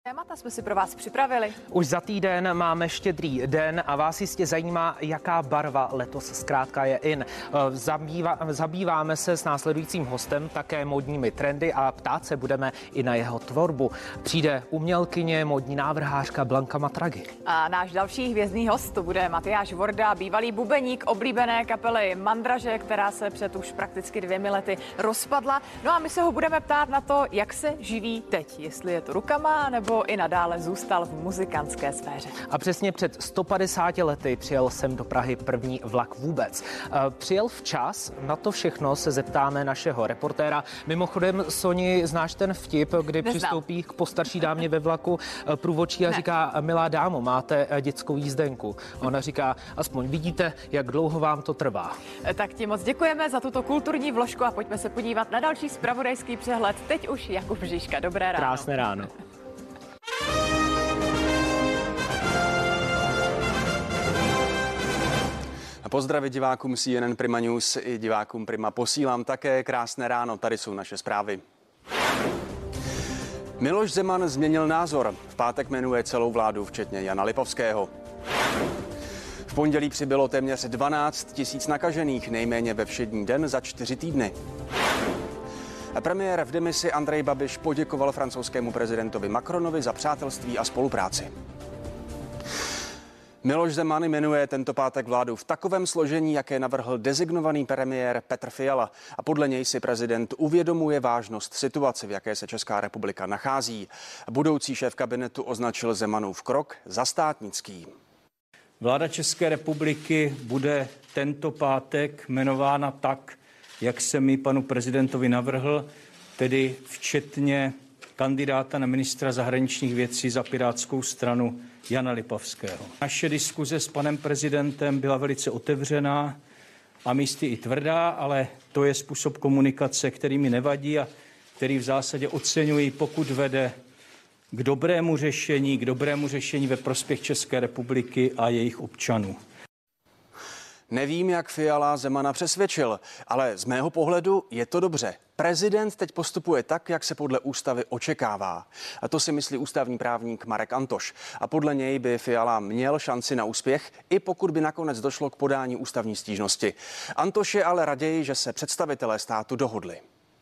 Témata jsme si pro vás připravili. Už za týden máme Štědrý den a vás jistě zajímá, jaká barva letos zkrátka je in. Zabýváme se s následujícím hostem také módními trendy a ptát se budeme i na jeho tvorbu. Přijde umělkyně, módní návrhářka Blanka Matragi. A náš další hvězdný host to bude Matyáš Vorda, bývalý bubeník oblíbené kapely Mandraže, která se před už prakticky 2 lety rozpadla. No a my se ho budeme ptát na to, jak se živí teď, jestli je to rukama nebo i nadále zůstal v muzikantské sféře. A přesně před 150 lety přijel sem do Prahy první vlak vůbec. Přijel včas, na to všechno se zeptáme našeho reportéra. Mimochodem, Soni, znáš ten vtip, kdy přistoupí k postarší dámě ve vlaku průvodčí a říká: milá dámo, máte dětskou jízdenku? A ona říká: aspoň vidíte, jak dlouho vám to trvá. Tak ti moc děkujeme za tuto kulturní vložku a pojďme se podívat na další zpravodajský přehled. Teď už Jakub Žižka. Dobré ráno. Krásné ráno. Pozdravit divákům CNN Prima News i divákům Prima posílám také krásné ráno. Tady jsou naše zprávy. Miloš Zeman změnil názor. V pátek jmenuje celou vládu, včetně Jana Lipovského. V pondělí přibylo téměř 12 000 nakažených, nejméně ve všední den za 4 týdny. Premiér v demisi Andrej Babiš poděkoval francouzskému prezidentovi Macronovi za přátelství a spolupráci. Miloš Zeman jmenuje tento pátek vládu v takovém složení, jaké navrhl designovaný premiér Petr Fiala. A podle něj si prezident uvědomuje vážnost situace, v jaké se Česká republika nachází. Budoucí šéf kabinetu označil Zemanův krok za státnický. Vláda České republiky bude tento pátek jmenována tak, jak jsem ji panu prezidentovi navrhl, tedy včetně kandidáta na ministra zahraničních věcí za Pirátskou stranu Jana Lipovského. Naše diskuze s panem prezidentem byla velice otevřená a místy i tvrdá, ale to je způsob komunikace, který mi nevadí a který v zásadě oceňuji, pokud vede k dobrému řešení ve prospěch České republiky a jejich občanů. Nevím, jak Fiala Zemana přesvědčil, ale z mého pohledu je to dobře. Prezident teď postupuje tak, jak se podle ústavy očekává. A to si myslí ústavní právník Marek Antoš. A podle něj by Fiala měl šanci na úspěch, i pokud by nakonec došlo k podání ústavní stížnosti. Antoš je ale raději, že se představitelé státu dohodli.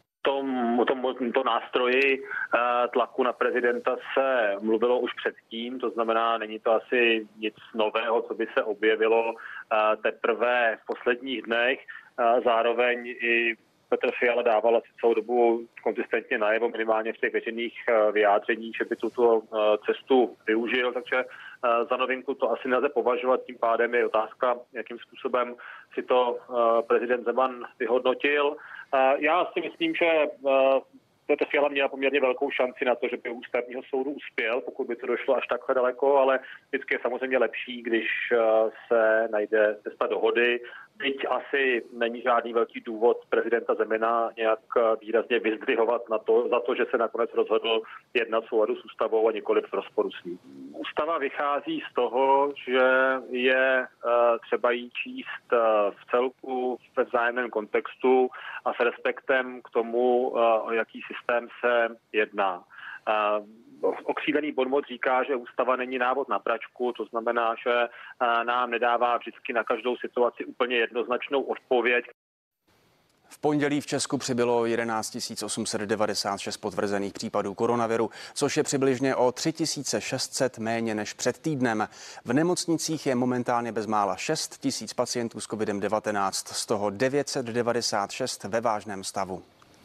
Tomto nástroji tlaku na prezidenta se mluvilo už předtím, to znamená, není to asi nic nového, co by se objevilo teprve v posledních dnech. Zároveň i Petr Fiala dával asi celou dobu konzistentně najevo, minimálně v těch veřejných vyjádřeních, že by tuto cestu využil, takže za novinku to asi nelze považovat, tím pádem je otázka, jakým způsobem si to prezident Zeman vyhodnotil. Já si myslím, že Petr Fiala měl poměrně velkou šanci na to, že by u ústavního soudu uspěl, pokud by to došlo až takhle daleko, ale vždycky je samozřejmě lepší, když se najde cesta dohody. Byť asi není žádný velký důvod prezidenta Zemana nějak výrazně vyzdvihovat za to, že se nakonec rozhodl jednat v souladu s ústavou a nikoli v rozporu s ní. Ústava vychází z toho, že je třeba jí číst v celku ve vzájemném kontextu a s respektem k tomu, o jaký systém se jedná. Okřídlený bonmot říká, že ústava není návod na pračku, to znamená, že nám nedává vždycky na každou situaci úplně jednoznačnou odpověď. V pondělí v Česku přibylo 11 896 potvrzených případů koronaviru, což je přibližně o 3600 méně než před týdnem. V nemocnicích je momentálně bezmála 6 000 pacientů s COVID-19, z toho 996 ve vážném stavu.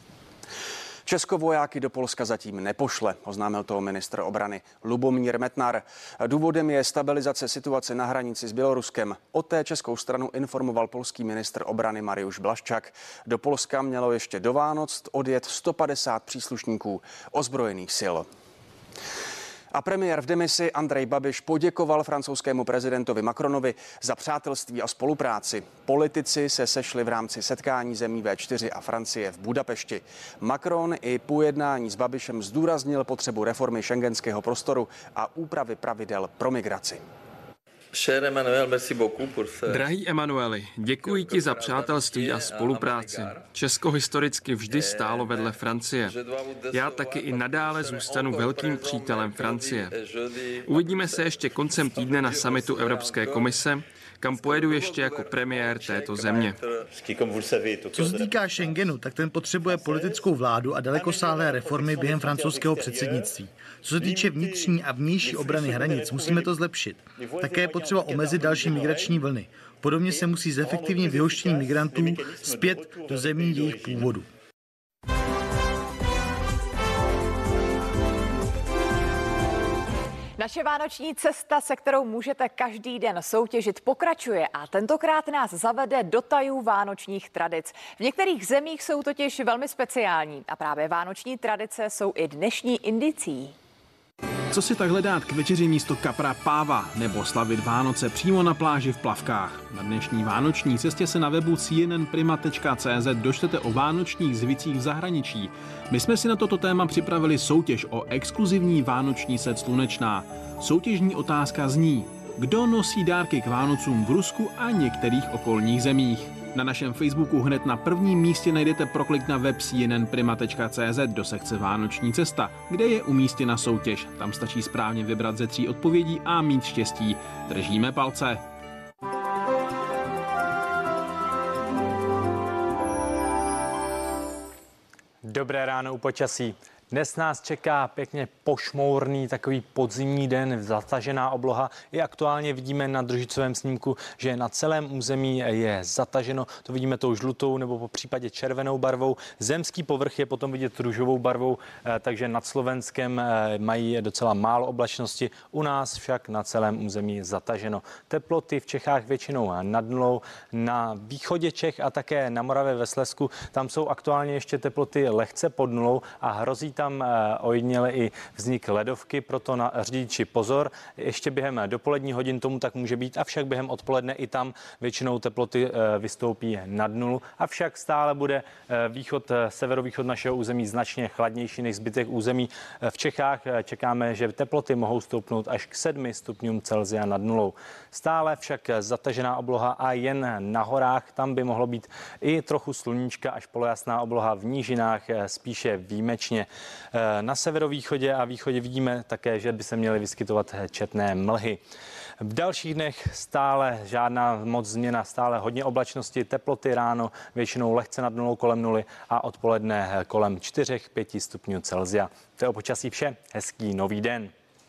Česko vojáky do Polska zatím nepošle, oznámil to ministr obrany Lubomír Metnar. Důvodem je stabilizace situace na hranici s Běloruskem. O té českou stranu informoval polský ministr obrany Mariusz Blaszczak. Do Polska mělo ještě do Vánoc odjet 150 příslušníků ozbrojených sil. A premiér v demisi Andrej Babiš poděkoval francouzskému prezidentovi Macronovi za přátelství a spolupráci. Politici se sešli v rámci setkání zemí V4 a Francie v Budapešti. Macron i po jednání s Babišem zdůraznil potřebu reformy schengenského prostoru a úpravy pravidel pro migraci. Drahý Emanueli, děkuji ti za přátelství a spolupráci. Česko historicky vždy stálo vedle Francie. Já taky i nadále zůstanu velkým přítelem Francie. Uvidíme se ještě koncem týdne na summitu Evropské komise, kam pojedu ještě jako premiér této země. Co se týká Schengenu, tak ten potřebuje politickou vládu a dalekosáhlé reformy během francouzského předsednictví. Co se týče vnitřní a vnější obrany hranic, musíme to zlepšit. Také je potřeba omezit další migrační vlny. Podobně se musí zefektivnit vyhoštění migrantů zpět do zemí jejich původu. Naše vánoční cesta, se kterou můžete každý den soutěžit, pokračuje a tentokrát nás zavede do tajů vánočních tradic. V některých zemích jsou totiž velmi speciální a právě vánoční tradice jsou i dnešní indicí. Co si takhle dát k večeři místo kapra páva nebo slavit Vánoce přímo na pláži v plavkách? Na dnešní vánoční cestě se na webu cnnprima.cz dočtete o vánočních zvicích v zahraničí. My jsme si na toto téma připravili soutěž o exkluzivní vánoční set Slunečná. Soutěžní otázka zní: kdo nosí dárky k Vánocům v Rusku a některých okolních zemích? Na našem Facebooku hned na prvním místě najdete proklik na web cnnprima.cz do sekce Vánoční cesta, kde je umístěna soutěž. Tam stačí správně vybrat ze 3 odpovědí a mít štěstí. Držíme palce. Dobré ráno u počasí. Dnes nás čeká pěkně pošmourný takový podzimní den, zatažená obloha. I aktuálně vidíme na družicovém snímku, že na celém území je zataženo. To vidíme tou žlutou nebo po případě červenou barvou. Zemský povrch je potom vidět růžovou barvou, takže nad Slovenskem mají docela málo oblačnosti. U nás však na celém území zataženo. Teploty v Čechách většinou nad nulou. Na východě Čech a také na Moravě ve Slezsku tam jsou aktuálně ještě teploty lehce pod nulou a hrozí tam ojediněle i vznik ledovky, proto na řidiči pozor. Ještě během dopolední hodin tomu tak může být, avšak během odpoledne i tam většinou teploty vystoupí nad nulu. Avšak stále bude severovýchod našeho území značně chladnější než zbytek území. V Čechách čekáme, že teploty mohou stoupnout až k 7 stupňům Celsia nad nulou. Stále však zatažená obloha a jen na horách tam by mohlo být i trochu sluníčka až polojasná obloha, v nížinách spíše výjimečně. Na severovýchodě a východě vidíme také, že by se měly vyskytovat četné mlhy. V dalších dnech stále žádná moc změna, stále hodně oblačnosti, teploty ráno většinou lehce nad nulou, kolem nuly a odpoledne kolem 4-5 stupňů Celsia. To je o počasí vše. Hezký nový den.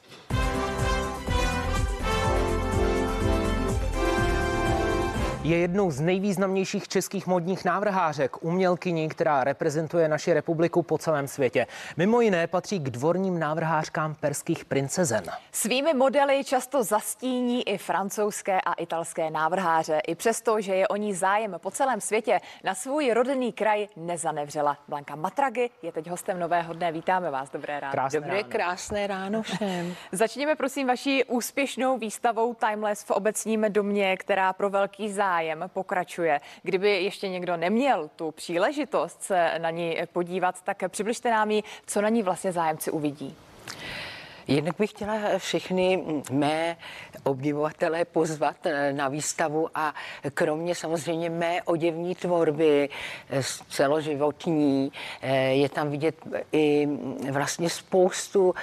Je jednou z nejvýznamnějších českých módních návrhářek, umělkyní, která reprezentuje naši republiku po celém světě. Mimo jiné patří k dvorním návrhářkám perských princezen. Svými modely často zastíní i francouzské a italské návrháře. I přesto, že je o ní zájem po celém světě, na svůj rodný kraj nezanevřela. Blanka Matragi je teď hostem Nového dne. Vítáme vás, dobré ráno. Krásné ráno všem. Začněme prosím vaší úspěšnou výstavou Timeless v Obecním domě, která pro velký zájem pokračuje. Kdyby ještě někdo neměl tu příležitost se na ní podívat, tak přibližte nám ji, co na ní vlastně zájemci uvidí. Jednak bych chtěla všechny mé obdivovatele pozvat na výstavu a kromě samozřejmě mé oděvní tvorby celoživotní je tam vidět i vlastně spoustu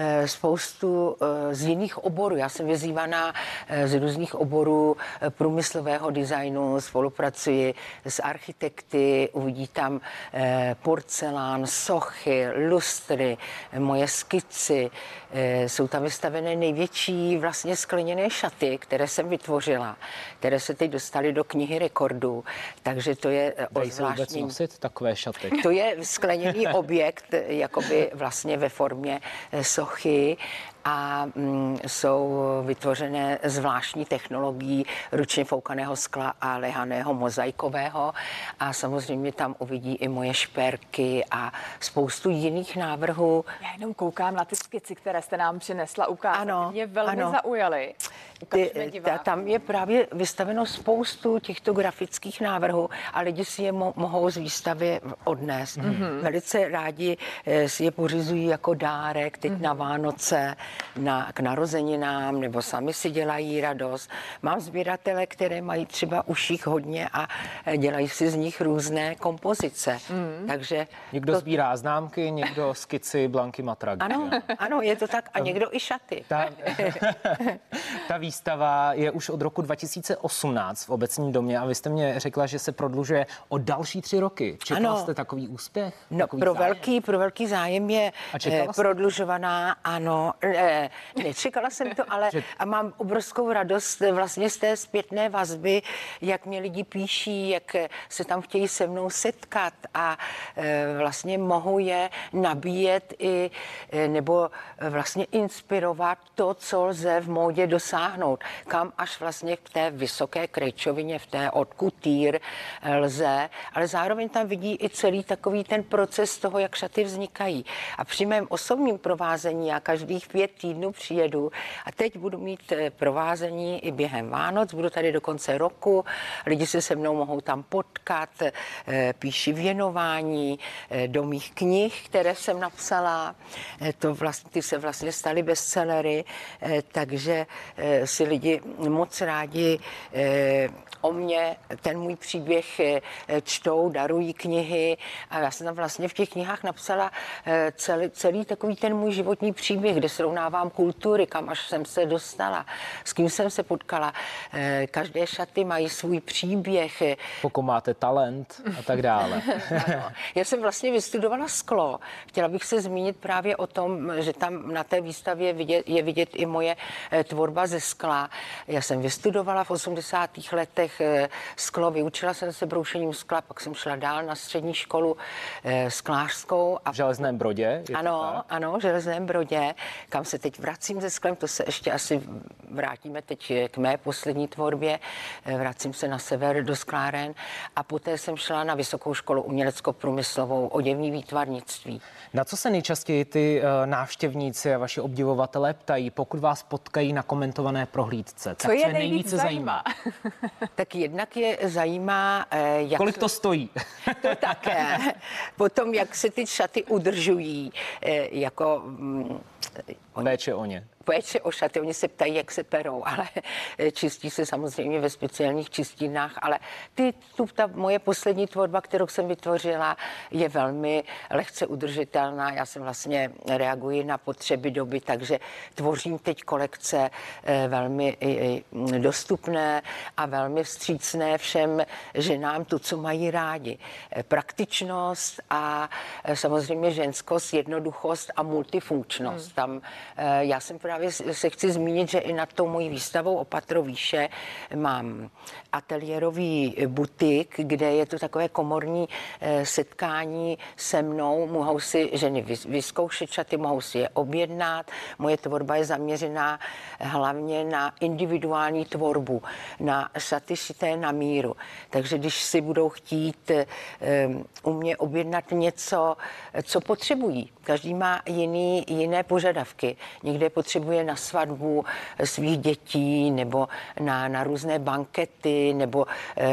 z jiných oborů. Já jsem vyzývaná z různých oborů průmyslového designu, spolupracuji s architekty, uvidí tam porcelán, sochy, lustry, moje skici. Jsou tam vystavené největší vlastně skleněné šaty, které jsem vytvořila, které se teď dostaly do knihy rekordů. Takže to je zvláštní. Nosit takové šaty? To je skleněný objekt, jakoby vlastně ve formě sochy. A jsou vytvořené zvláštní technologií ručně foukaného skla a lehaného mozaikového. A samozřejmě tam uvidí i moje šperky a spoustu jiných návrhů. Já jenom koukám na ty skici, které jste nám přinesla ukázat. Ano, mě velmi zaujaly. Tam je právě vystaveno spoustu těchto grafických návrhů a lidi si je mohou z výstavy odnést. Velice rádi si je pořizují jako dárek teď na Vánoce. k narozeninám, nebo sami si dělají radost. Mám sběratele, které mají třeba uších hodně a dělají si z nich různé kompozice. Takže někdo sbírá známky, někdo skici Blanky Matragy. Ano, je to tak. A někdo i šaty. Ta výstava je už od roku 2018 v Obecním domě a vy jste mě řekla, že se prodlužuje o další 3 roky. Čekala jste takový úspěch? No, pro velký zájem je prodlužovaná, ano. Nečekala jsem to, ale a mám obrovskou radost vlastně z té zpětné vazby, jak mě lidi píší, jak se tam chtějí se mnou setkat a vlastně mohu je nabíjet i nebo vlastně inspirovat to, co lze v módě dosáhnout. Kam až vlastně v té vysoké krejčovině, v té od kutýr lze, ale zároveň tam vidí i celý takový ten proces toho, jak šaty vznikají. A při mém osobním provázení já každých 5 týdnů přijedu a teď budu mít provázení i během Vánoc, budu tady do konce roku, lidi se mnou mohou tam potkat, píši věnování do mých knih, které jsem napsala, ty se vlastně staly bestsellery, takže si lidi moc rádi o mě ten můj příběh čtou, darují knihy a já jsem tam vlastně v těch knihách napsala celý takový ten můj životní příběh, kde srovnávám kultury, kam až jsem se dostala, s kým jsem se potkala. Každé šaty mají svůj příběh. Pokud máte talent a tak dále. Ano. Já jsem vlastně vystudovala sklo. Chtěla bych se zmínit právě o tom, že tam na té výstavě je vidět i moje tvorba ze skla. Já jsem vystudovala v 80. letech sklo, vyučila jsem se broušením skla, pak jsem šla dál na střední školu sklářskou. V Železném Brodě? Ano, v Železném Brodě, kam se teď vracím se sklem, to se ještě asi vrátíme teď k mé poslední tvorbě. Vracím se na sever do skláren a poté jsem šla na Vysokou školu umělecko-průmyslovou oděvní výtvarnictví. Na co se nejčastěji ty návštěvníci a vaši obdivovatelé ptají, pokud vás potkají na komentované prohlídce? Co je nejvíce zajímá? Tak jednak je zajímá, jak... Kolik to stojí? To také. Potom, jak se ty šaty udržují, jako... Péče o ně. Péče o šaty, oni se ptají, jak se perou, ale čistí se samozřejmě ve speciálních čistírnách, ale ta moje poslední tvorba, kterou jsem vytvořila, je velmi lehce udržitelná. Já jsem vlastně reaguji na potřeby doby, takže tvořím teď kolekce velmi dostupné a velmi vstřícné všem ženám, to, co mají rádi. Praktičnost a samozřejmě ženskost, jednoduchost a multifunkčnost. Tam já jsem právě se chci zmínit, že i nad tou mojí výstavou o patro výše mám ateliérový butik, kde je to takové komorní setkání se mnou. Mohou si ženy vyzkoušet šaty, mohou si je objednat. Moje tvorba je zaměřená hlavně na individuální tvorbu, na šaty šité na míru. Takže když si budou chtít u mě objednat něco, co potřebují. Každý má jiné požadavky. Někde potřebuje na svatbu svých dětí nebo na různé bankety, nebo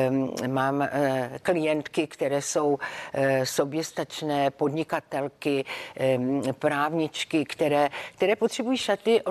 mám klientky, které jsou soběstačné, podnikatelky, právničky, které potřebují šaty,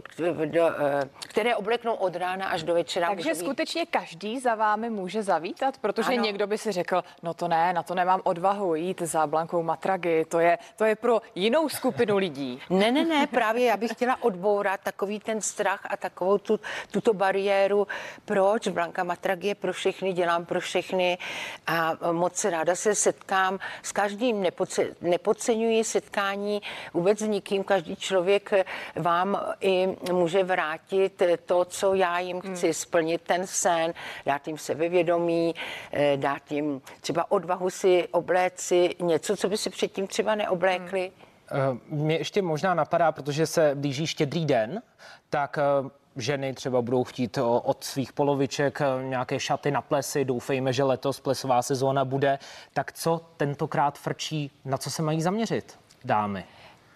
které obleknou od rána až do večera. Takže skutečně každý za vámi může zavítat, protože někdo by si řekl, no to ne, na to nemám odvahu jít za Blankou Matragy, to je pro jinou skupinu lidí. Ne, právě já bych chtěla odbourat takový ten strach a takovou tuto bariéru. Proč? Blanka Matragy je pro všechny, dělám pro všechny a moc ráda se setkám s každým. Nepodceňuji setkání vůbec s nikým. Každý člověk vám i může vrátit to, co já jim chci, splnit ten sen, dát jim sebevědomí, dát jim třeba odvahu si obléci něco, co by si předtím třeba neoblékli. Mě ještě možná napadá, protože se blíží Štědrý den, tak ženy třeba budou chtít od svých poloviček nějaké šaty na plesy. Doufejme, že letos plesová sezóna bude. Tak co tentokrát frčí, na co se mají zaměřit dámy?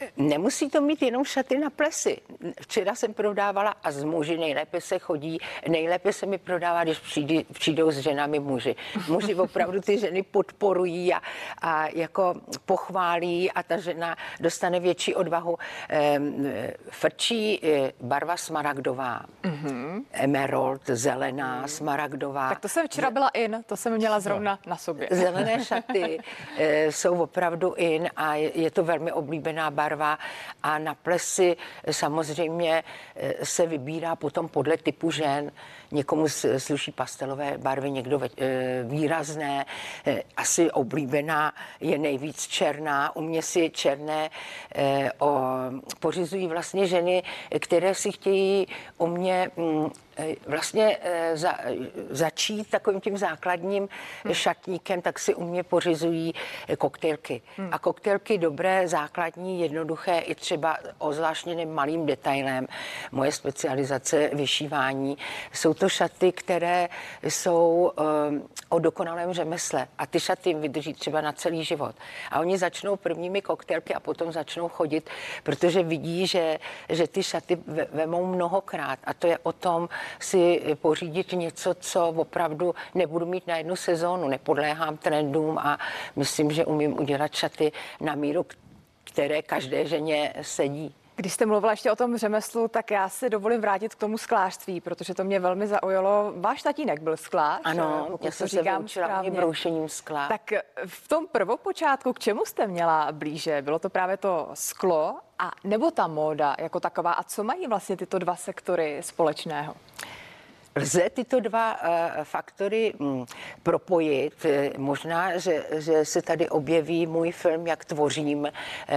Nemusí to mít jenom šaty na plesy. Včera jsem prodávala a z muži nejlépe se mi prodává, když přijdou s ženami muži. Muži opravdu ty ženy podporují a jako pochválí a ta žena dostane větší odvahu. Frčí barva smaragdová, emerald, zelená, smaragdová. Tak to jsem včera byla to jsem měla zrovna na sobě. Zelené šaty jsou opravdu in a je to velmi oblíbená barva a na plesy samozřejmě se vybírá potom podle typu žen. Někomu sluší pastelové barvy, někdo výrazné. Asi oblíbená je nejvíc černá. U mě si černé pořizují vlastně ženy, které si chtějí u mě vlastně začít takovým tím základním šatníkem, tak si u mě pořizují koktejlky. A koktejlky dobré, základní, jednoduché i třeba ozvláštněným malým detailem. Moje specializace vyšívání. Jsou to šaty, které jsou o dokonalém řemesle a ty šaty jim vydrží třeba na celý život. A oni začnou prvními koktejlky a potom začnou chodit, protože vidí, že ty šaty vemou mnohokrát a to je o tom si pořídit něco, co opravdu nebudu mít na jednu sezónu, nepodléhám trendům a myslím, že umím udělat šaty na míru, které každé ženě sedí. Když jste mluvila ještě o tom řemeslu, tak já si dovolím vrátit k tomu sklářství, protože to mě velmi zaujalo. Váš tatínek byl sklář? Ano, já jsem se vyučila broušením skla. Tak v tom prvopočátku, k čemu jste měla blíže? Bylo to právě to sklo a nebo ta móda jako taková? A co mají vlastně tyto dva sektory společného? Lze tyto dva faktory propojit. Možná, že se tady objeví můj film, jak tvořím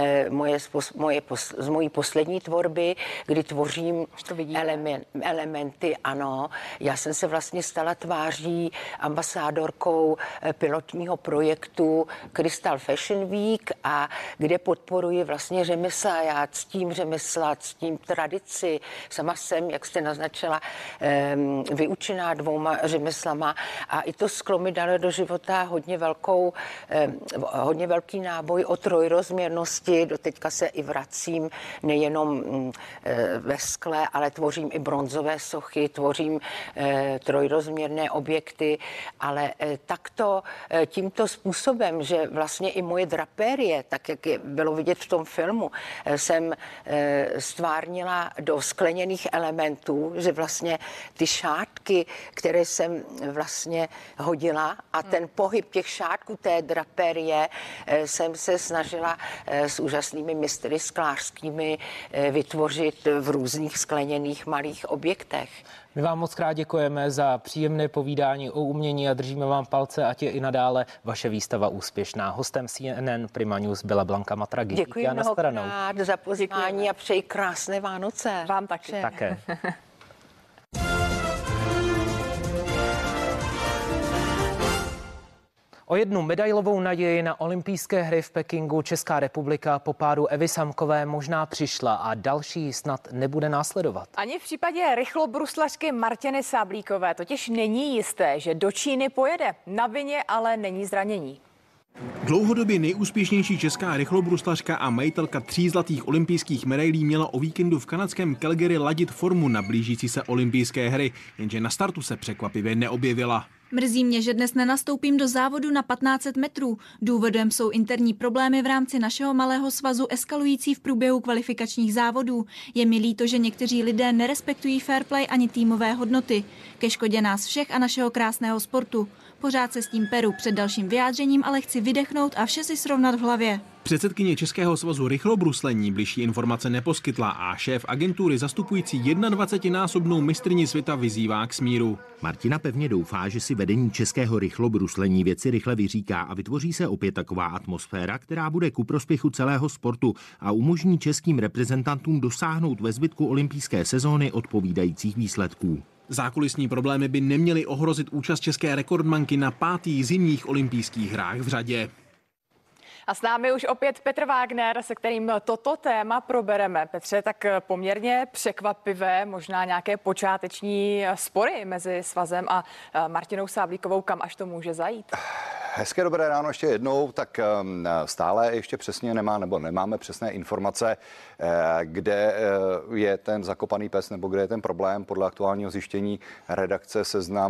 z mojí poslední tvorby, kdy tvořím elementy. Ano, já jsem se vlastně stala tváří ambasadorkou pilotního projektu Crystal Fashion Week a kde podporuji vlastně řemesla. Já ctím řemesla, ctím tradici. Sama jsem, jak jste naznačila, vyučená 2 řemeslama a i to sklo mi dalo do života hodně velký náboj o trojrozměrnosti. Doteďka se i vracím nejenom ve skle, ale tvořím i bronzové sochy, tvořím trojrozměrné objekty, ale takto tímto způsobem, že vlastně i moje drapérie, tak jak bylo vidět v tom filmu, jsem stvárnila do skleněných elementů, že vlastně ty šátky, které jsem vlastně hodila a ten pohyb těch šátků té draperie jsem se snažila s úžasnými mistry sklářskými vytvořit v různých skleněných malých objektech. My vám moc krát děkujeme za příjemné povídání o umění a držíme vám palce, ať je i nadále vaše výstava úspěšná. Hostem CNN Prima News byla Blanka Matragi. Děkuji mnohokrát za pozvání a přeji krásné Vánoce. Vám taky. Také. O jednu medailovou naději na olympijské hry v Pekingu Česká republika po pádu Evy Samkové možná přišla a další snad nebude následovat. Ani v případě rychlobruslařky Martiny Sáblíkové totiž není jisté, že do Číny pojede. Na vině ale není zranění. Dlouhodobě nejúspěšnější česká rychlobruslařka a majitelka 3 zlatých olympijských medailí měla o víkendu v kanadském Calgary ladit formu na blížící se olympijské hry, jenže na startu se překvapivě neobjevila. Mrzí mě, že dnes nenastoupím do závodu na 1500 metrů. Důvodem jsou interní problémy v rámci našeho malého svazu eskalující v průběhu kvalifikačních závodů. Je mi líto, že někteří lidé nerespektují fair play ani týmové hodnoty. Ke škodě nás všech a našeho krásného sportu. Pořád se s tím peru, před dalším vyjádřením ale chci vydechnout a vše si srovnat v hlavě. Předsedkyně Českého svazu rychlobruslení bližší informace neposkytla a šéf agentury zastupující 21násobnou mistryni světa vyzývá k smíru. Martina pevně doufá, že si vedení českého rychlobruslení věci rychle vyříká a vytvoří se opět taková atmosféra, která bude ku prospěchu celého sportu a umožní českým reprezentantům dosáhnout ve zbytku olympijské sezóny odpovídajících výsledků. Zákulisní problémy by neměly ohrozit účast české rekordmanky na 5. zimních olympijských hrách v řadě. A s námi už opět Petr Wagner, se kterým toto téma probereme. Petře, tak poměrně překvapivé, možná nějaké počáteční spory mezi svazem a Martinou Sáblíkovou, kam až to může zajít? Hezké dobré ráno ještě jednou, tak stále ještě přesně nemáme přesné informace, kde je ten zakopaný pes nebo kde je ten problém. Podle aktuálního zjištění redakce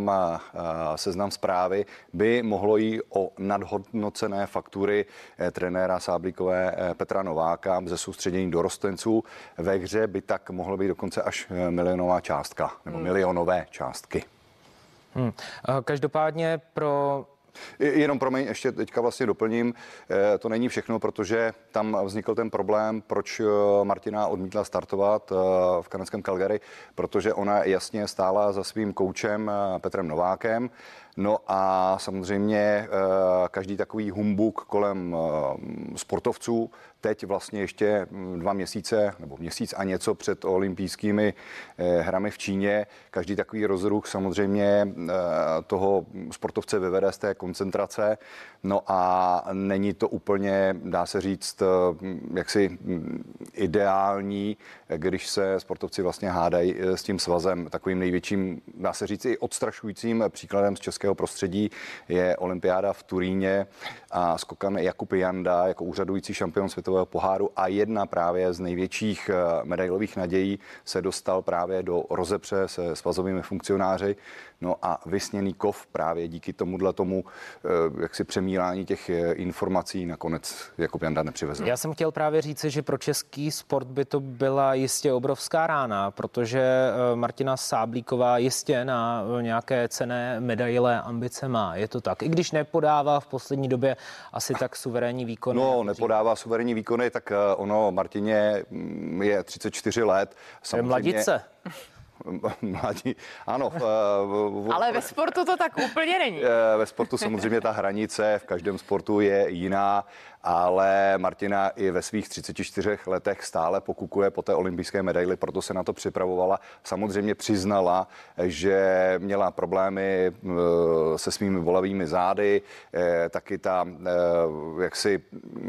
Seznam Zprávy by mohlo jít o nadhodnocené faktury trenéra Sáblíkové Petra Nováka ze soustředění dorostenců. Ve hře by tak mohlo být dokonce až milionová částka nebo milionové částky. Každopádně Jenom promiň, ještě teďka vlastně doplním, to není všechno, protože tam vznikl ten problém, proč Martina odmítla startovat v kanadském Calgary, protože ona jasně stála za svým koučem Petrem Novákem. No a samozřejmě každý takový humbuk kolem sportovců, teď vlastně ještě 2 měsíce nebo měsíc a něco před olympijskými hrami v Číně, každý takový rozruch samozřejmě toho sportovce vyvede z té koncentrace. No a není to úplně, dá se říct, jaksi ideální, když se sportovci vlastně hádají s tím svazem. Takovým největším, dá se říct, i odstrašujícím příkladem z českého prostředí je olympiáda v Turíně a skokan Jakub Janda jako úřadující šampion světového poháru a jedna právě z největších medailových nadějí se dostal právě do rozepře se svazovými funkcionáři. No a vysněný kov právě díky tomu jaksi přemílání těch informací nakonec Jakub Janda nepřivezl. Já jsem chtěl právě říci, že pro český sport by to byla jistě obrovská rána, protože Martina Sáblíková jistě na nějaké cenné medaile ambice má. Je to tak? I když nepodává v poslední době asi tak suverénní výkony. No, nepodává suverénní výkony, tak ono Martině je 34 let. Je mladice. Mladí, ano. Ale ve sportu to tak úplně není. Ve sportu samozřejmě ta hranice v každém sportu je jiná, ale Martina i ve svých 34 letech stále pokukuje po té olympijské medaili, proto se na to připravovala. Samozřejmě přiznala, že měla problémy se svými bolavými zády, taky ta jaksi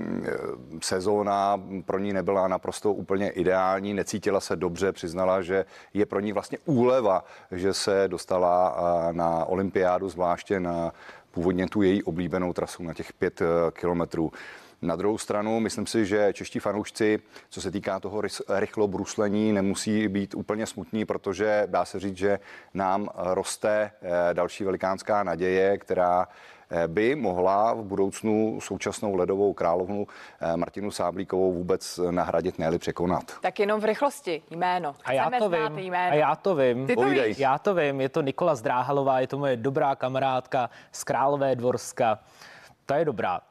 sezóna pro ní nebyla naprosto úplně ideální, necítila se dobře, přiznala, že je pro ní vlastně úleva, že se dostala na olympiádu, zvláště na původně tu její oblíbenou trasu na těch 5 kilometrů. Na druhou stranu, myslím si, že čeští fanoušci, co se týká toho rychlobruslení, nemusí být úplně smutní, protože dá se říct, že nám roste další velikánská naděje, která by mohla v budoucnu současnou ledovou královnu Martinu Sáblíkovou vůbec nahradit, ne-li překonat. Tak jenom v rychlosti jméno. A já to vím. Ty to víš? Já to vím. Je to Nikola Zdráhalová, je to moje dobrá kamarádka z Králové Dvorska. Ta je dobrá.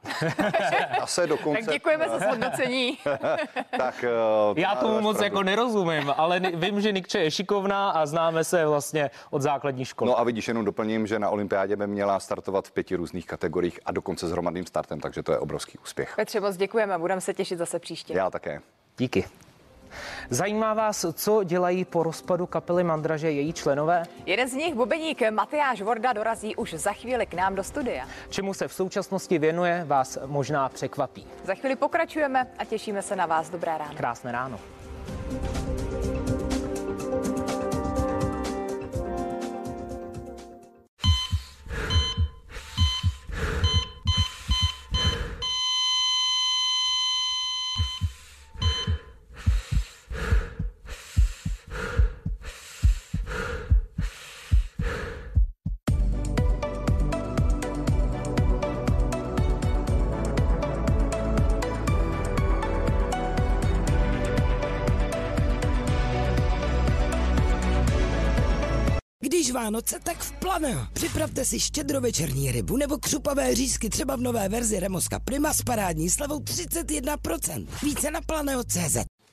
Tak děkujeme za zhodnocení. Já tomu moc jako nerozumím, ale vím, že Nikče je šikovná a známe se vlastně od základní školy. No a vidíš, jenom doplním, že na olympiádě by měla startovat v 5 různých kategoriích a dokonce s hromadným startem, takže to je obrovský úspěch. Petře, moc děkujeme, budeme se těšit zase příště. Já také. Díky. Zajímá vás, co dělají po rozpadu kapely Mandraže její členové? Jeden z nich, bubeník Matyáš Vorda, dorazí už za chvíli k nám do studia. Čemu se v současnosti věnuje, vás možná překvapí. Za chvíli pokračujeme a těšíme se na vás. Dobré ráno. Krásné ráno. Když Vánoce, tak v Planeo. Připravte si štědrovečerní rybu nebo křupavé řízky třeba v nové verzi Remoska Prima s parádní slevou 31%. Více na planeo.cz.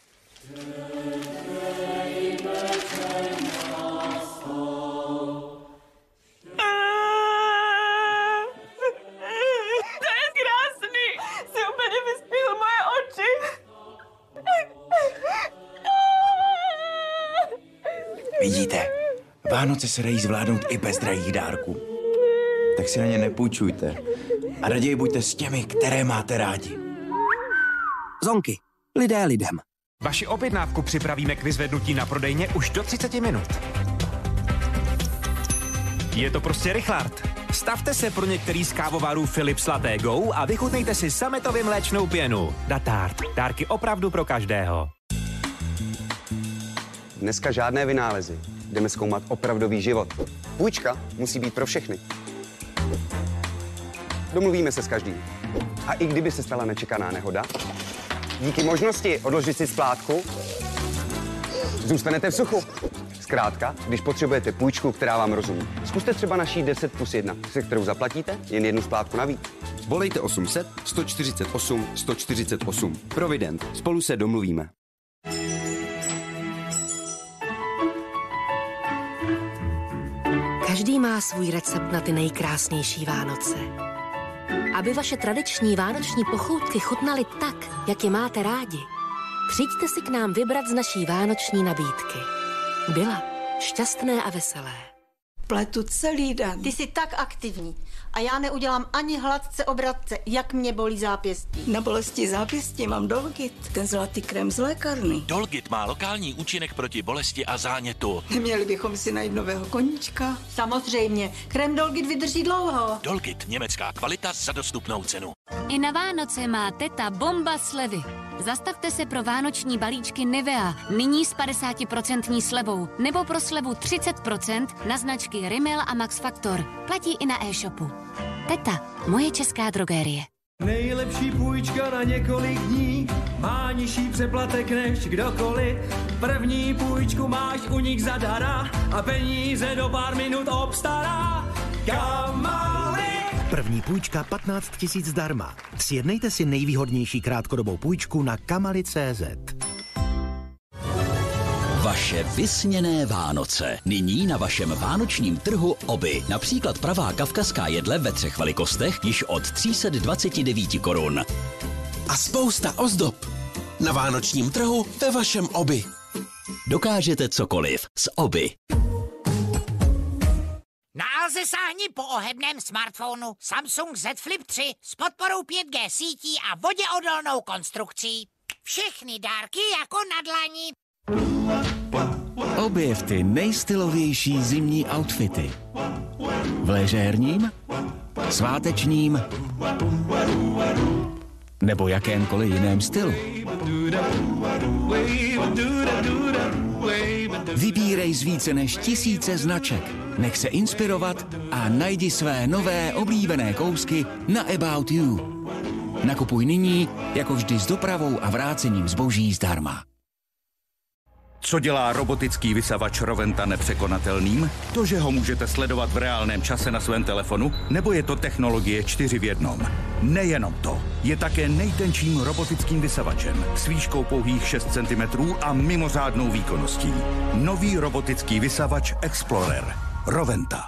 To je krásný. Jsi úplně vyspihl moje oči. Vidíte? Vánoce se dají zvládnout i bez drahých dárků. Tak si na ně nepůjčujte. A raději buďte s těmi, které máte rádi. Zonky. Lidé lidem. Vaši objednávku připravíme k vyzvednutí na prodejně už do 30 minut. Je to prostě Richlard. Stavte se pro některý z kávovarů Philips Latte Go a vychutnejte si sametově mléčnou pěnu. Datart. Dárky opravdu pro každého. Dneska žádné vynálezy. Jdeme zkoumat opravdový život. Půjčka musí být pro všechny. Domluvíme se s každým. A i kdyby se stala nečekaná nehoda, díky možnosti odložit si splátku, zůstanete v suchu. Zkrátka, když potřebujete půjčku, která vám rozumí, zkuste třeba naší 10+1, se kterou zaplatíte jen jednu splátku navíc. Volejte 800 148 148. Provident. Spolu se domluvíme. Každý má svůj recept na ty nejkrásnější Vánoce. Aby vaše tradiční vánoční pochoutky chutnaly tak, jak je máte rádi, přijďte si k nám vybrat z naší vánoční nabídky. Byla šťastné a veselé. Pletu celý den. Ty jsi tak aktivní a já neudělám ani hladce obratce, jak mě bolí zápěstí. Na bolesti zápěstí mám Dolgit, ten zlatý krém z lékárny. Dolgit má lokální účinek proti bolesti a zánětu. Neměli bychom si najít nového koníčka? Samozřejmě, krém Dolgit vydrží dlouho. Dolgit, německá kvalita za dostupnou cenu. I na Vánoce má teta bomba slevy. Zastavte se pro vánoční balíčky Nivea, nyní s 50% slevou, nebo pro slevu 30% na značky Rimmel a Max Factor. Platí i na e-shopu. Teta, moje česká drogérie. Nejlepší půjčka na několik dní, má nižší přeplatek než kdokoliv. První půjčku máš u nich zadara a peníze do pár minut obstará. Kamali! První půjčka 15 000 zdarma. Sjednejte si nejvýhodnější krátkodobou půjčku na kamali.cz. Vaše vysněné Vánoce. Nyní na vašem vánočním trhu Oby. Například pravá kavkazská jedle ve 3 velikostech již od 329 korun. A spousta ozdob. Na vánočním trhu ve vašem Oby. Dokážete cokoliv s Oby. Na Alze sáhni po ohebném smartphonu Samsung Z Flip 3 s podporou 5G sítí a voděodolnou konstrukcí. Všechny dárky jako na dlani. Objev ty nejstylovější zimní outfity. V ležérním, svátečním nebo jakémkoliv jiném stylu. Vybírej z více než 1000 značek. Nech se inspirovat a najdi své nové oblíbené kousky na About You. Nakupuj nyní, jako vždy s dopravou a vrácením zboží zdarma. Co dělá robotický vysavač Roventa nepřekonatelným? To, že ho můžete sledovat v reálném čase na svém telefonu, nebo je to technologie 4 v 1? Nejenom to. Je také nejtenčím robotickým vysavačem s výškou pouhých 6 cm a mimořádnou výkonností. Nový robotický vysavač Explorer. Roventa.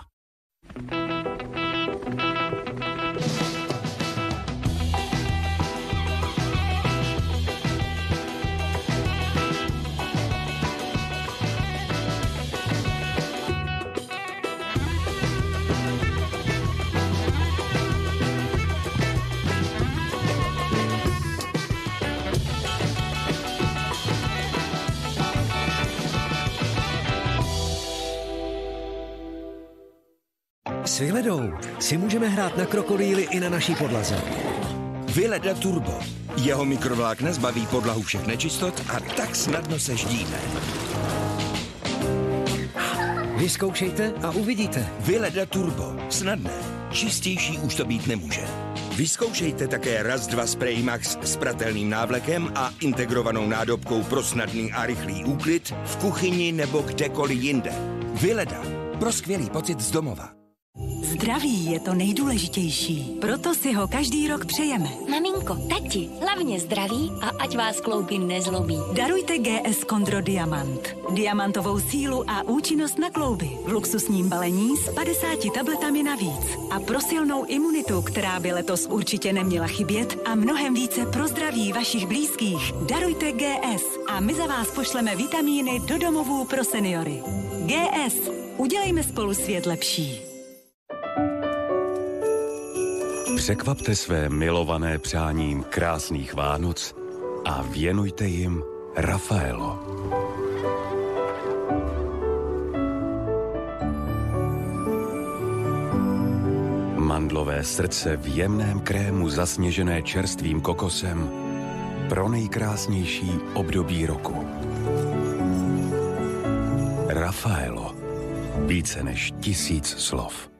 S Vyledou si můžeme hrát na krokodýly i na naší podlaze. Vyleda Turbo. Jeho mikrovlákna zbaví podlahu všech nečistot a tak snadno se ždíme. Vyzkoušejte a uvidíte. Vyleda Turbo. Snadné. Čistější už to být nemůže. Vyzkoušejte také Raz 2 Spray Max s pratelným návlekem a integrovanou nádobkou pro snadný a rychlý úklid v kuchyni nebo kdekoliv jinde. Vyleda. Pro skvělý pocit z domova. Zdraví je to nejdůležitější, proto si ho každý rok přejeme. Maminko, tati, hlavně zdraví a ať vás klouby nezlobí. Darujte GS Condro Diamant. Diamantovou sílu a účinnost na klouby v luxusním balení s 50 tabletami navíc. A pro silnou imunitu, která by letos určitě neměla chybět a mnohem více pro zdraví vašich blízkých. Darujte GS a my za vás pošleme vitamíny do domovů pro seniory. GS. Udělejme spolu svět lepší. Překvapte své milované přáním krásných Vánoc a věnujte jim Raffaello. lavandlové srdce v jemném krému zasněžené čerstvým kokosem pro nejkrásnější období roku. Raffaello. Více než 1000 slov.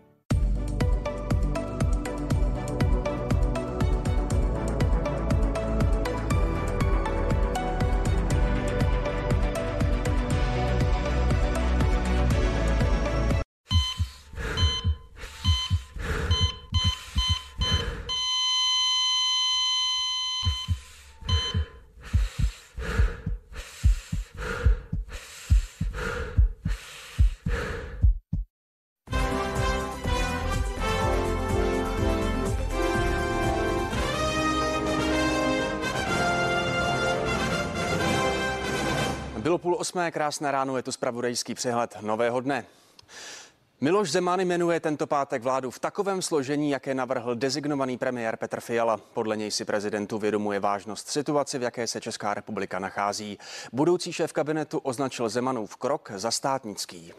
Bylo 7:30, krásné ráno, je to zpravodajský přehled nového dne. Miloš Zeman jmenuje tento pátek vládu v takovém složení, jaké navrhl designovaný premiér Petr Fiala. Podle něj si prezident uvědomuje vážnost situace, v jaké se Česká republika nachází. Budoucí šéf kabinetu označil Zemanův krok za státnický.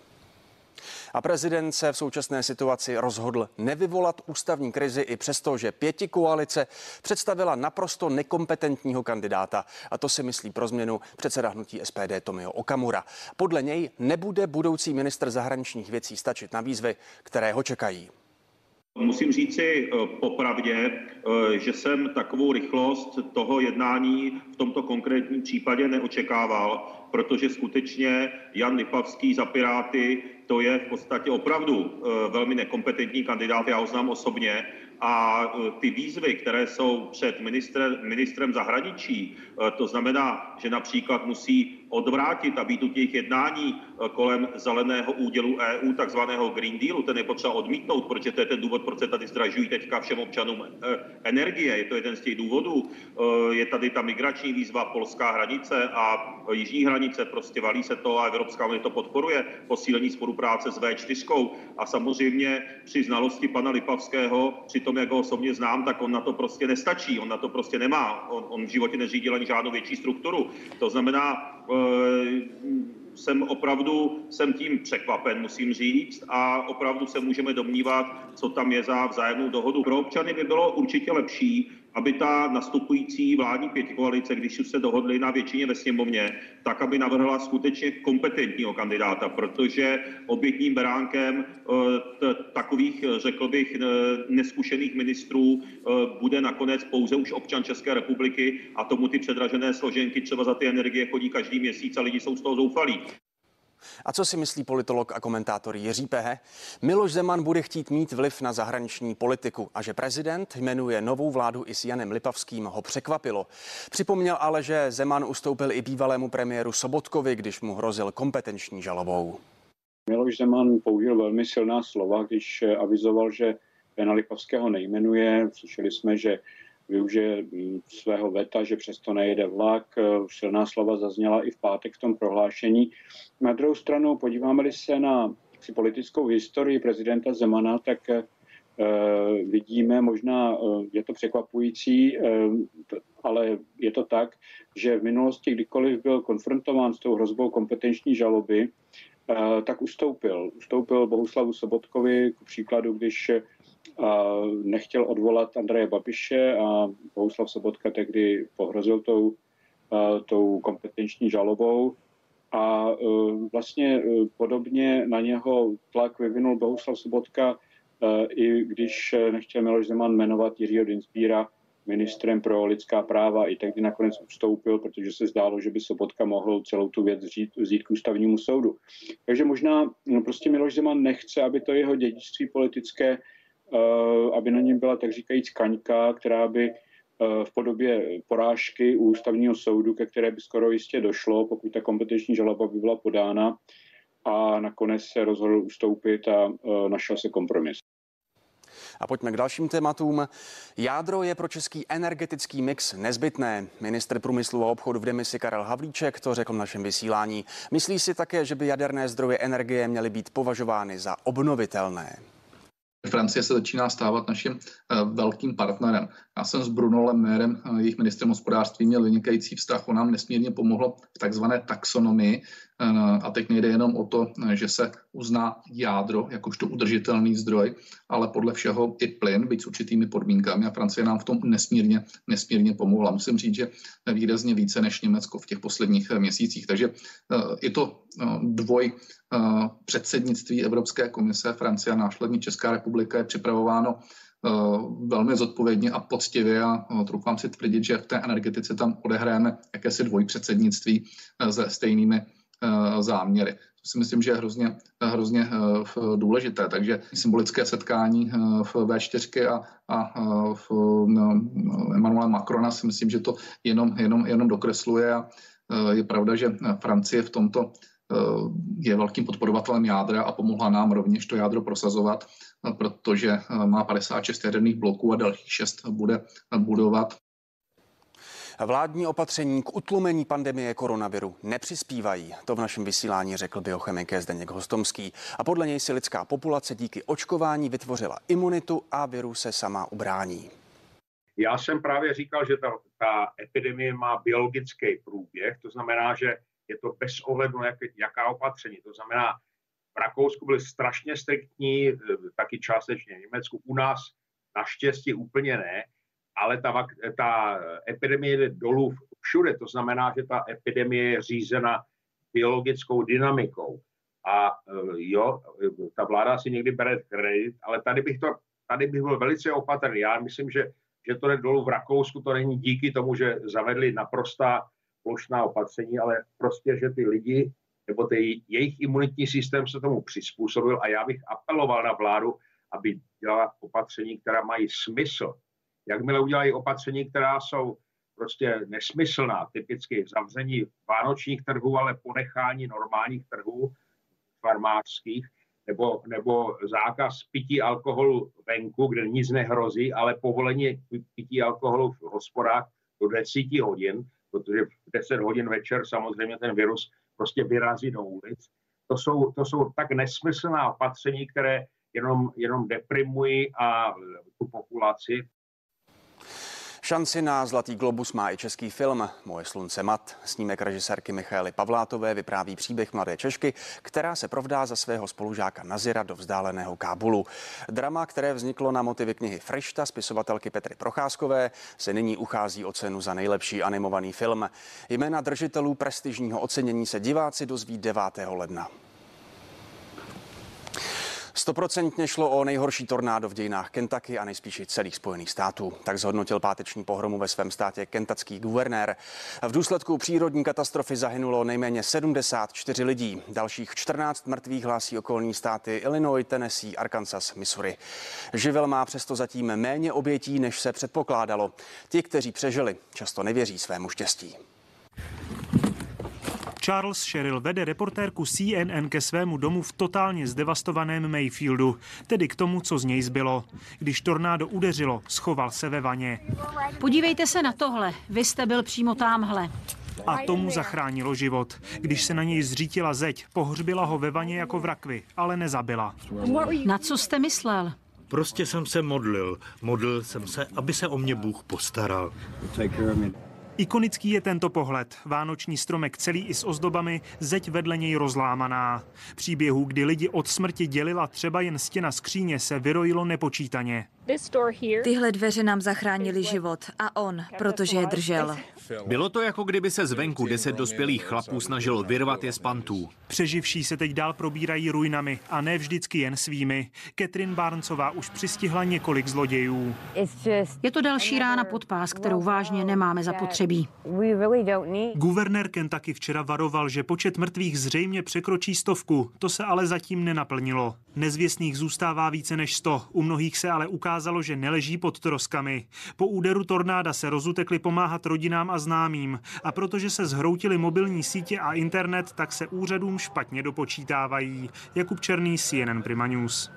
A prezident se v současné situaci rozhodl nevyvolat ústavní krizi i přesto, že pětikoalice představila naprosto nekompetentního kandidáta. A to si myslí pro změnu předseda hnutí SPD Tomio Okamura. Podle něj nebude budoucí ministr zahraničních věcí stačit na výzvy, které ho čekají. Musím říci popravdě, že jsem takovou rychlost toho jednání v tomto konkrétním případě neočekával, protože skutečně Jan Lipavský za Piráty to je v podstatě opravdu velmi nekompetentní kandidát, já ho znám osobně. A ty výzvy, které jsou před ministrem zahraničí, to znamená, že například musí odvrátit a být u těch jednání kolem zeleného údělu EU, takzvaného Green Dealu, ten je potřeba odmítnout, protože to je ten důvod, proč se tady zdražují teďka všem občanům energie. Je to jeden z těch důvodů. Je tady ta migrační výzva, polská hranice a jižní hranice, prostě valí se to a Evropská unie to podporuje, posílení spolupráce s V4. A samozřejmě při znalosti pana Lipavského, při tom, jak ho osobně znám, tak on na to prostě nestačí, on na to prostě nemá. On v životě neřídil ani žádnou větší strukturu. To znamená, jsem tím překvapen, musím říct, a opravdu se můžeme domnívat, co tam je za vzájemnou dohodu. Pro občany by bylo určitě lepší, aby ta nastupující vládní pětikoalice, když už se dohodli na většině ve sněmovně, tak aby navrhla skutečně kompetentního kandidáta, protože obětním beránkem takových, řekl bych, neskušených ministrů bude nakonec pouze už občan České republiky a tomu ty předražené složenky třeba za ty energie chodí každý měsíc a lidi jsou z toho zoufalí. A co si myslí politolog a komentátor Jiří Pehe? Miloš Zeman bude chtít mít vliv na zahraniční politiku a že prezident jmenuje novou vládu i s Janem Lipavským ho překvapilo. Připomněl ale, že Zeman ustoupil i bývalému premiéru Sobotkovi, když mu hrozil kompetenční žalobou. Miloš Zeman použil velmi silná slova, když avizoval, že Jana Lipavského nejmenuje. Slyšeli jsme, že využije svého veta, že přesto nejede vlak. Silná slova zazněla i v pátek v tom prohlášení. Na druhou stranu, podíváme-li se na politickou historii prezidenta Zemana, tak vidíme, možná je to překvapující, ale je to tak, že v minulosti, kdykoliv byl konfrontován s tou hrozbou kompetenční žaloby, tak ustoupil. Ustoupil Bohuslavu Sobotkovi, ku příkladu, když nechtěl odvolat Andreje Babiše a Bohuslav Sobotka tehdy pohrozil tou kompetenční žalobou a vlastně podobně na něho tlak vyvinul Bohuslav Sobotka, i když nechtěl Miloš Zeman jmenovat Jiřího Dienstbiera ministrem pro lidská práva, i tehdy nakonec ustoupil, protože se zdálo, že by Sobotka mohl celou tu věc vzít k ústavnímu soudu. Takže možná prostě Miloš Zeman nechce, aby to jeho dědictví politické, aby na něm byla tak říkajíc kaňka, která by v podobě porážky u ústavního soudu, ke které by skoro jistě došlo, pokud ta kompetenční žaloba by byla podána, a nakonec se rozhodl ustoupit a našel se kompromis. A pojďme k dalším tématům. Jádro je pro český energetický mix nezbytné. Ministr průmyslu a obchodu v demisi Karel Havlíček to řekl v našem vysílání. Myslí si také, že by jaderné zdroje energie měly být považovány za obnovitelné. Francie se začíná stávat naším velkým partnerem. Já jsem s Bruno Le Mairem, jejich ministrem hospodářství, měl vynikající vztah. On nám nesmírně pomohlo v takzvané taxonomii, A teď nejde jenom o to, že se uzná jádro jakožto udržitelný zdroj, ale podle všeho i plyn, byť s určitými podmínkami, a Francie nám v tom nesmírně pomohla. Musím říct, že výrazně více než Německo v těch posledních měsících. Takže i to dvoj předsednictví Evropské komise, Francie a následně Česká republika je připravováno velmi zodpovědně a poctivě a troufám si tvrdit, že v té energetice tam odehrajeme jakési dvojpředsednictví se stejnými záměry. To si myslím, že je hrozně důležité. Takže symbolické setkání v V4 a v Emmanuela Macrona si myslím, že to jenom dokresluje a je pravda, že Francie v tomto je velkým podporovatelem jádra a pomohla nám rovněž to jádro prosazovat, protože má 56 jaderných bloků a dalších 6 bude budovat. Vládní opatření k utlumení pandemie koronaviru nepřispívají. To v našem vysílání řekl biochemik Zdeněk Hostomský. A podle něj si lidská populace díky očkování vytvořila imunitu a viru se sama ubrání. Já jsem právě říkal, že ta epidemie má biologický průběh, to znamená, že je to bez ohledu na jaká opatření. To znamená, v Rakousku byli strašně striktní, taky částečně v Německu, u nás naštěstí úplně ne, ale ta epidemie jde dolů všude. To znamená, že ta epidemie je řízena biologickou dynamikou. A jo, ta vláda si někdy bere kredit, ale tady bych byl velice opatrný. Já myslím, že to jde dolů v Rakousku, to není díky tomu, že zavedli naprostá plošná opatření, ale prostě, že ty lidi nebo jejich imunitní systém se tomu přizpůsobil a já bych apeloval na vládu, aby dělala opatření, která mají smysl. Jakmile udělají opatření, která jsou prostě nesmyslná, typicky zavření vánočních trhů, ale ponechání normálních trhů farmářských, nebo zákaz pití alkoholu venku, kde nic nehrozí, ale povolení pití alkoholu v hospodách do 10 hodin, protože v 10 hodin večer samozřejmě ten virus prostě vyrazí do ulic. To jsou tak nesmyslná opatření, které jenom deprimují a tu populaci. Šanci na Zlatý globus má i český film Moje slunce mat. Snímek režisérky Michaely Pavlátové vypráví příběh mladé Češky, která se provdá za svého spolužáka Nazira do vzdáleného Kábulu. Drama, které vzniklo na motivy knihy Frišta spisovatelky Petry Procházkové, se nyní uchází o cenu za nejlepší animovaný film. Jména držitelů prestižního ocenění se diváci dozví 9. ledna. 100% šlo o nejhorší tornádo v dějinách Kentucky a nejspíš i celých Spojených států. Tak zhodnotil páteční pohromu ve svém státě kentucký guvernér. V důsledku přírodní katastrofy zahynulo nejméně 74 lidí. Dalších 14 mrtvých hlásí okolní státy Illinois, Tennessee, Arkansas, Missouri. Živel má přesto zatím méně obětí, než se předpokládalo. Ti, kteří přežili, často nevěří svému štěstí. Charles Sherrill vede reportérku CNN ke svému domu v totálně zdevastovaném Mayfieldu, tedy k tomu, co z něj zbylo. Když tornádo udeřilo, schoval se ve vaně. Podívejte se na tohle, vy jste byl přímo támhle. A tomu zachránilo život. Když se na něj zřítila zeď, pohřbila ho ve vaně jako v rakvi, ale nezabila. Na co jste myslel? Prostě jsem se modlil. Modlil jsem se, aby se o mě Bůh postaral. Ikonický je tento pohled. Vánoční stromek celý i s ozdobami, zeď vedle něj rozlámaná. Příběhů, kdy lidi od smrti dělila třeba jen stěna skříně, se vyrojilo nepočítaně. Tyhle dveře nám zachránili život a on, protože je držel. Bylo to, jako kdyby se zvenku 10 dospělých chlapů snažilo vyrvat je z pantů. Přeživší se teď dál probírají ruinami a ne vždycky jen svými. Catherine Barnesová už přistihla několik zlodějů. Je to další rána pod pás, kterou vážně nemáme zapotřebí. Guvernér Kentucky včera varoval, že počet mrtvých zřejmě překročí 100. To se ale zatím nenaplnilo. Nezvěstných zůstává více než 100. U mnohých se ale ukázalo, že neleží pod troskami. Po úderu tornáda se rozutekli pomáhat rodinám a známým. A protože se zhroutily mobilní sítě a internet, tak se úřadům špatně dopočítávají. Jakub Černý, CNN Prima News.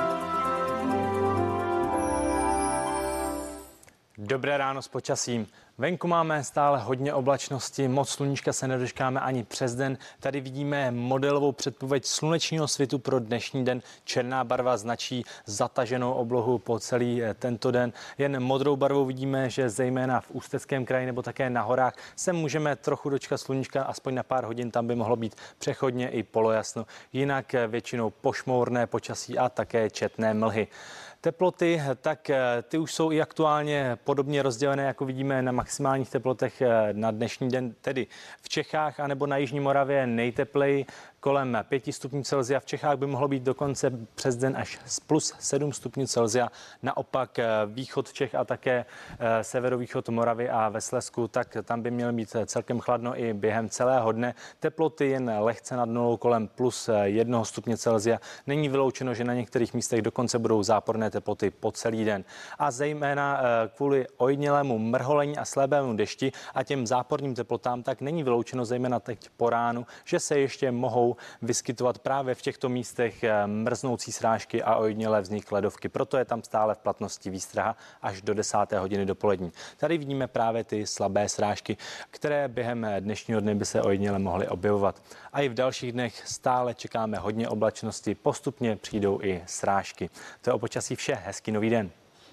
Dobré ráno s počasím. Venku máme stále hodně oblačnosti, moc sluníčka se nedočkáme ani přes den. Tady vidíme modelovou předpověď slunečního svitu pro dnešní den. Černá barva značí zataženou oblohu po celý tento den. Jen modrou barvou vidíme, že zejména v Ústeckém kraji nebo také na horách se můžeme trochu dočkat sluníčka, aspoň na pár hodin, tam by mohlo být přechodně i polojasno. Jinak většinou pošmourné počasí a také četné mlhy. Teploty, tak ty už jsou i aktuálně podobně rozdělené, jako vidíme na maximálních teplotech na dnešní den, tedy v Čechách anebo na Jižní Moravě nejtepleji kolem 5 stupňů Celsia. V Čechách by mohlo být dokonce přes den až plus 7 stupňů Celsia. Naopak východ Čech a také severovýchod Moravy a ve Slezsku, tak tam by mělo být celkem chladno i během celého dne. Teploty jen lehce nad nulou kolem plus 1 stupně Celsia. Není vyloučeno, že na některých místech dokonce budou záporné teploty po celý den. A zejména kvůli ojedinělému mrholení a slabému dešti a těm záporným teplotám, tak není vyloučeno zejména teď po ránu, že se ještě mohou vyskytovat právě v těchto místech mrznoucí srážky a ojedinělé vznik ledovky. Proto je tam stále v platnosti výstraha až do 10. hodiny dopolední. Tady vidíme právě ty slabé srážky, které během dnešního dne by se ojediněle mohly objevovat. A i v dalších dnech stále čekáme hodně oblačnosti, postupně přijdou i srážky. To je o počasí vše. Hezký nový den.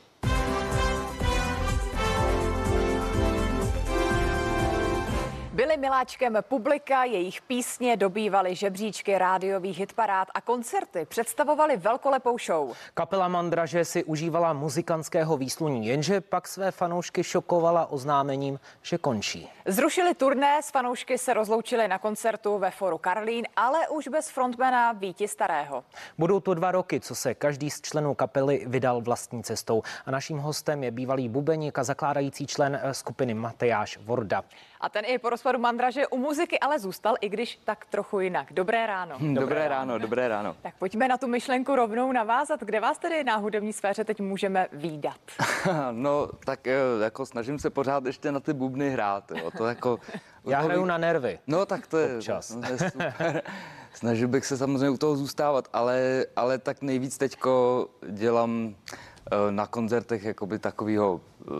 Byli miláčkem publika, jejich písně dobývaly žebříčky rádiových hitparád a koncerty představovaly velkolepou show. Kapela Mandraže si užívala muzikantského výsluní, jenže pak své fanoušky šokovala oznámením, že končí. Zrušili turné, s fanoušky se rozloučili na koncertu ve Foru Karlín, ale už bez frontmana Víti Starého. Budou to 2 roky, co se každý z členů kapely vydal vlastní cestou. A naším hostem je bývalý bubeník a zakládající člen skupiny Matyáš Vorda. A ten i po rozpadu Mandraže u muziky ale zůstal, i když tak trochu jinak. Dobré ráno. Dobré ráno. Tak pojďme na tu myšlenku rovnou navázat. Kde vás tedy na hudební sféře teď můžeme vídat? No, tak jako snažím se pořád ještě na ty bubny hrát. Jo. To jako, já hraju na nervy. No, tak to je, občas. To je super. Snažil bych se samozřejmě u toho zůstávat, ale tak nejvíc teďko dělám na koncertech jakoby takovýho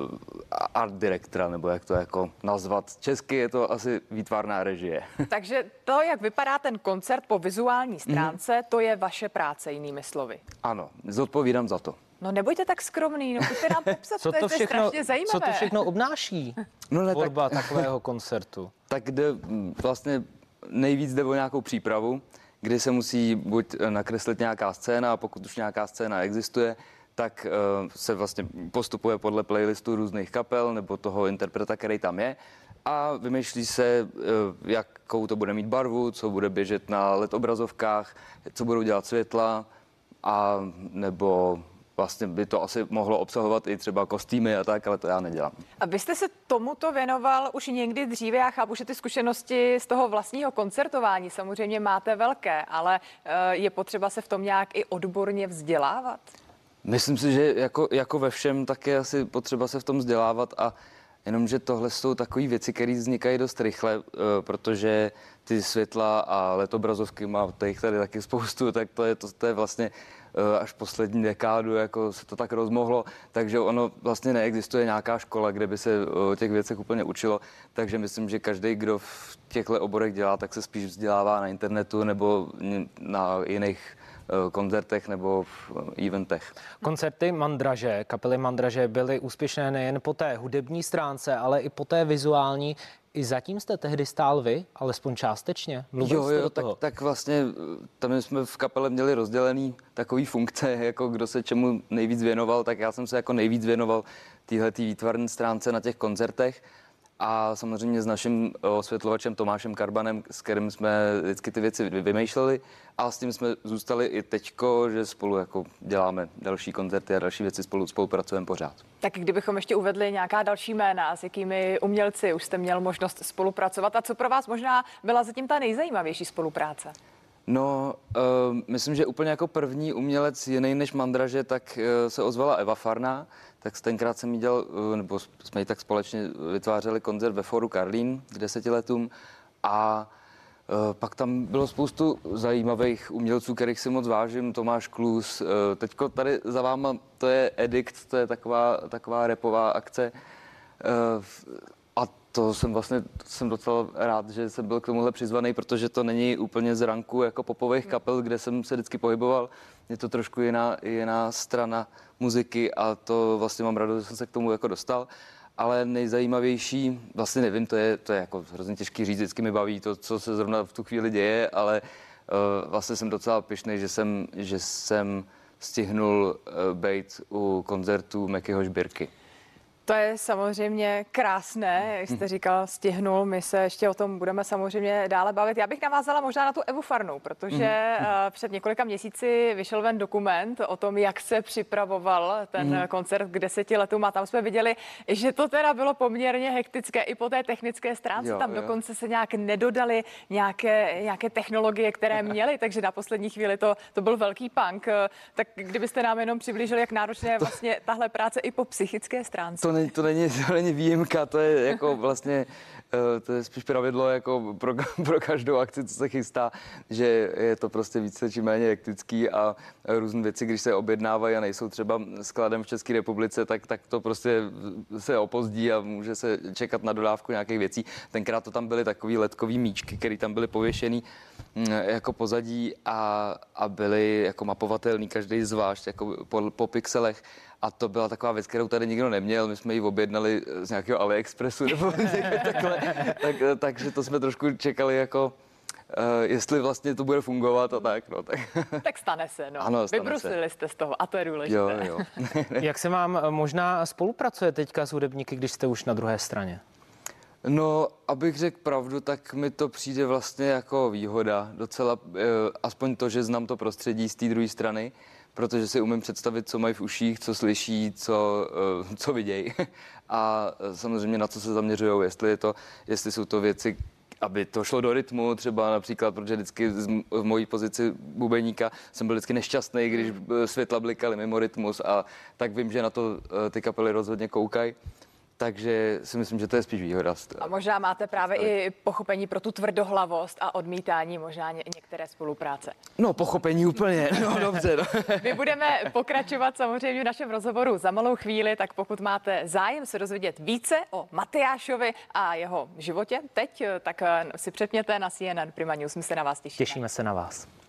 art direktora, nebo jak to jako nazvat. Česky je to asi výtvarná režie. Takže to, jak vypadá ten koncert po vizuální stránce, to je vaše práce, jinými slovy. Ano, zodpovídám za to. No nebuďte tak skromný, no pojďte nám popsat, to je strašně zajímavé. Co to všechno obnáší tvorba takového koncertu? Tak jde vlastně nejvíc jde o nějakou přípravu, kdy se musí buď nakreslit nějaká scéna, a pokud už nějaká scéna existuje, tak se vlastně postupuje podle playlistu různých kapel nebo toho interpreta, který tam je, a vymýšlí se, jakou to bude mít barvu, co bude běžet na LED obrazovkách, co budou dělat světla, a nebo vlastně by to asi mohlo obsahovat i třeba kostýmy a tak, ale to já nedělám. A vy jste se tomuto věnoval už někdy dříve? Já chápu, že ty zkušenosti z toho vlastního koncertování samozřejmě máte velké, ale je potřeba se v tom nějak i odborně vzdělávat? Myslím si, že jako ve všem, tak je asi potřeba se v tom vzdělávat, a jenomže tohle jsou takové věci, které vznikají dost rychle, protože ty světla a LED obrazovky, máte jich tady taky spoustu, tak to je vlastně až poslední dekádu, jako se to tak rozmohlo, takže ono vlastně neexistuje nějaká škola, kde by se o těch věcech úplně učilo, takže myslím, že každý, kdo v těchto oborech dělá, tak se spíš vzdělává na internetu nebo na jiných koncertech nebo v eventech. Koncerty Mandraže, kapely Mandraže byly úspěšné nejen po té hudební stránce, ale i po té vizuální. I zatím jste tehdy stál vy, alespoň částečně? Jo, tak vlastně tam jsme v kapele měli rozdělený takový funkce, jako kdo se čemu nejvíc věnoval, tak já jsem se jako nejvíc věnoval téhletý výtvarné stránce na těch koncertech. A samozřejmě s naším osvětlovačem Tomášem Karbanem, s kterým jsme vždycky ty věci vymýšleli, a s tím jsme zůstali i teďko, že spolu jako děláme další koncerty a další věci, spolupracujeme pořád. Tak kdybychom ještě uvedli nějaká další jména, s jakými umělci už jste měl možnost spolupracovat, a co pro vás možná byla zatím ta nejzajímavější spolupráce? No, myslím, že úplně jako první umělec jiný než Mandraže, tak se ozvala Eva Farná, tak tenkrát jsem jí dělal, nebo jsme jí tak společně vytvářeli koncert ve Foru Karlín k 10 letům, a pak tam bylo spoustu zajímavých umělců, kterých si moc vážím, Tomáš Klus, teďko tady za váma to je Edikt, to je taková rapová akce. to jsem docela rád, že jsem byl k tomuhle přizvaný, protože to není úplně z ranku jako popových kapel, kde jsem se vždycky pohyboval. Je to trošku jiná strana muziky a to vlastně mám radost, že jsem se k tomu jako dostal. Ale nejzajímavější, vlastně nevím, to je jako hrozně těžký říct, vždycky mi baví to, co se zrovna v tu chvíli děje, ale vlastně jsem docela pyšnej, že jsem stihnul být u koncertu Mekyho Žbírky. To je samozřejmě krásné, jak jste říkal, stihnul. My se ještě o tom budeme samozřejmě dále bavit. Já bych navázala možná na tu Evu Farnou, protože před několika měsíci vyšel ven dokument o tom, jak se připravoval ten koncert k 10 letům a tam jsme viděli, že to teda bylo poměrně hektické i po té technické stránce. Tam dokonce se nějak nedodali nějaké technologie, které měly, takže na poslední chvíli to byl velký punk. Tak kdybyste nám jenom přiblížili, jak náročné je vlastně tahle práce i po psychické stránce. To není výjimka, to je jako vlastně, to je spíš pravidlo jako pro každou akci, co se chystá, že je to prostě více či méně hektický a různé věci, když se objednávají a nejsou třeba skladem v České republice, tak to prostě se opozdí a může se čekat na dodávku nějakých věcí. Tenkrát to tam byly takový ledkový míčky, které tam byly pověšený jako pozadí a byly jako mapovatelný každý zvlášť jako po pixelech. A to byla taková věc, kterou tady nikdo neměl. My jsme ji objednali z nějakého AliExpressu nebo takhle. Takže to jsme trošku čekali jako, jestli vlastně to bude fungovat a tak. No, tak stane se, no. Ano, vybruslili jste z toho a to je důležité. Jo. Jak se vám možná spolupracuje teďka s hudebníky, když jste už na druhé straně? No, abych řekl pravdu, tak mi to přijde vlastně jako výhoda. Docela, aspoň to, že znám to prostředí z té druhé strany, protože si umím představit, co mají v uších, co slyší, co vidějí a samozřejmě na co se zaměřují, jestli jsou to věci, aby to šlo do rytmu, třeba například, protože vždycky v mojí pozici bubeníka jsem byl vždycky nešťastný, když světla blikaly mimo rytmus a tak vím, že na to ty kapely rozhodně koukají. Takže si myslím, že to je spíš výhoda. A možná máte právě i pochopení pro tu tvrdohlavost a odmítání možná některé spolupráce. No, pochopení úplně, no dobře. No. My budeme pokračovat samozřejmě v našem rozhovoru za malou chvíli, tak pokud máte zájem se dozvědět více o Matyášovi a jeho životě teď, tak si přepněte na CNN Prima News, my se na vás těšíme. Těšíme se na vás.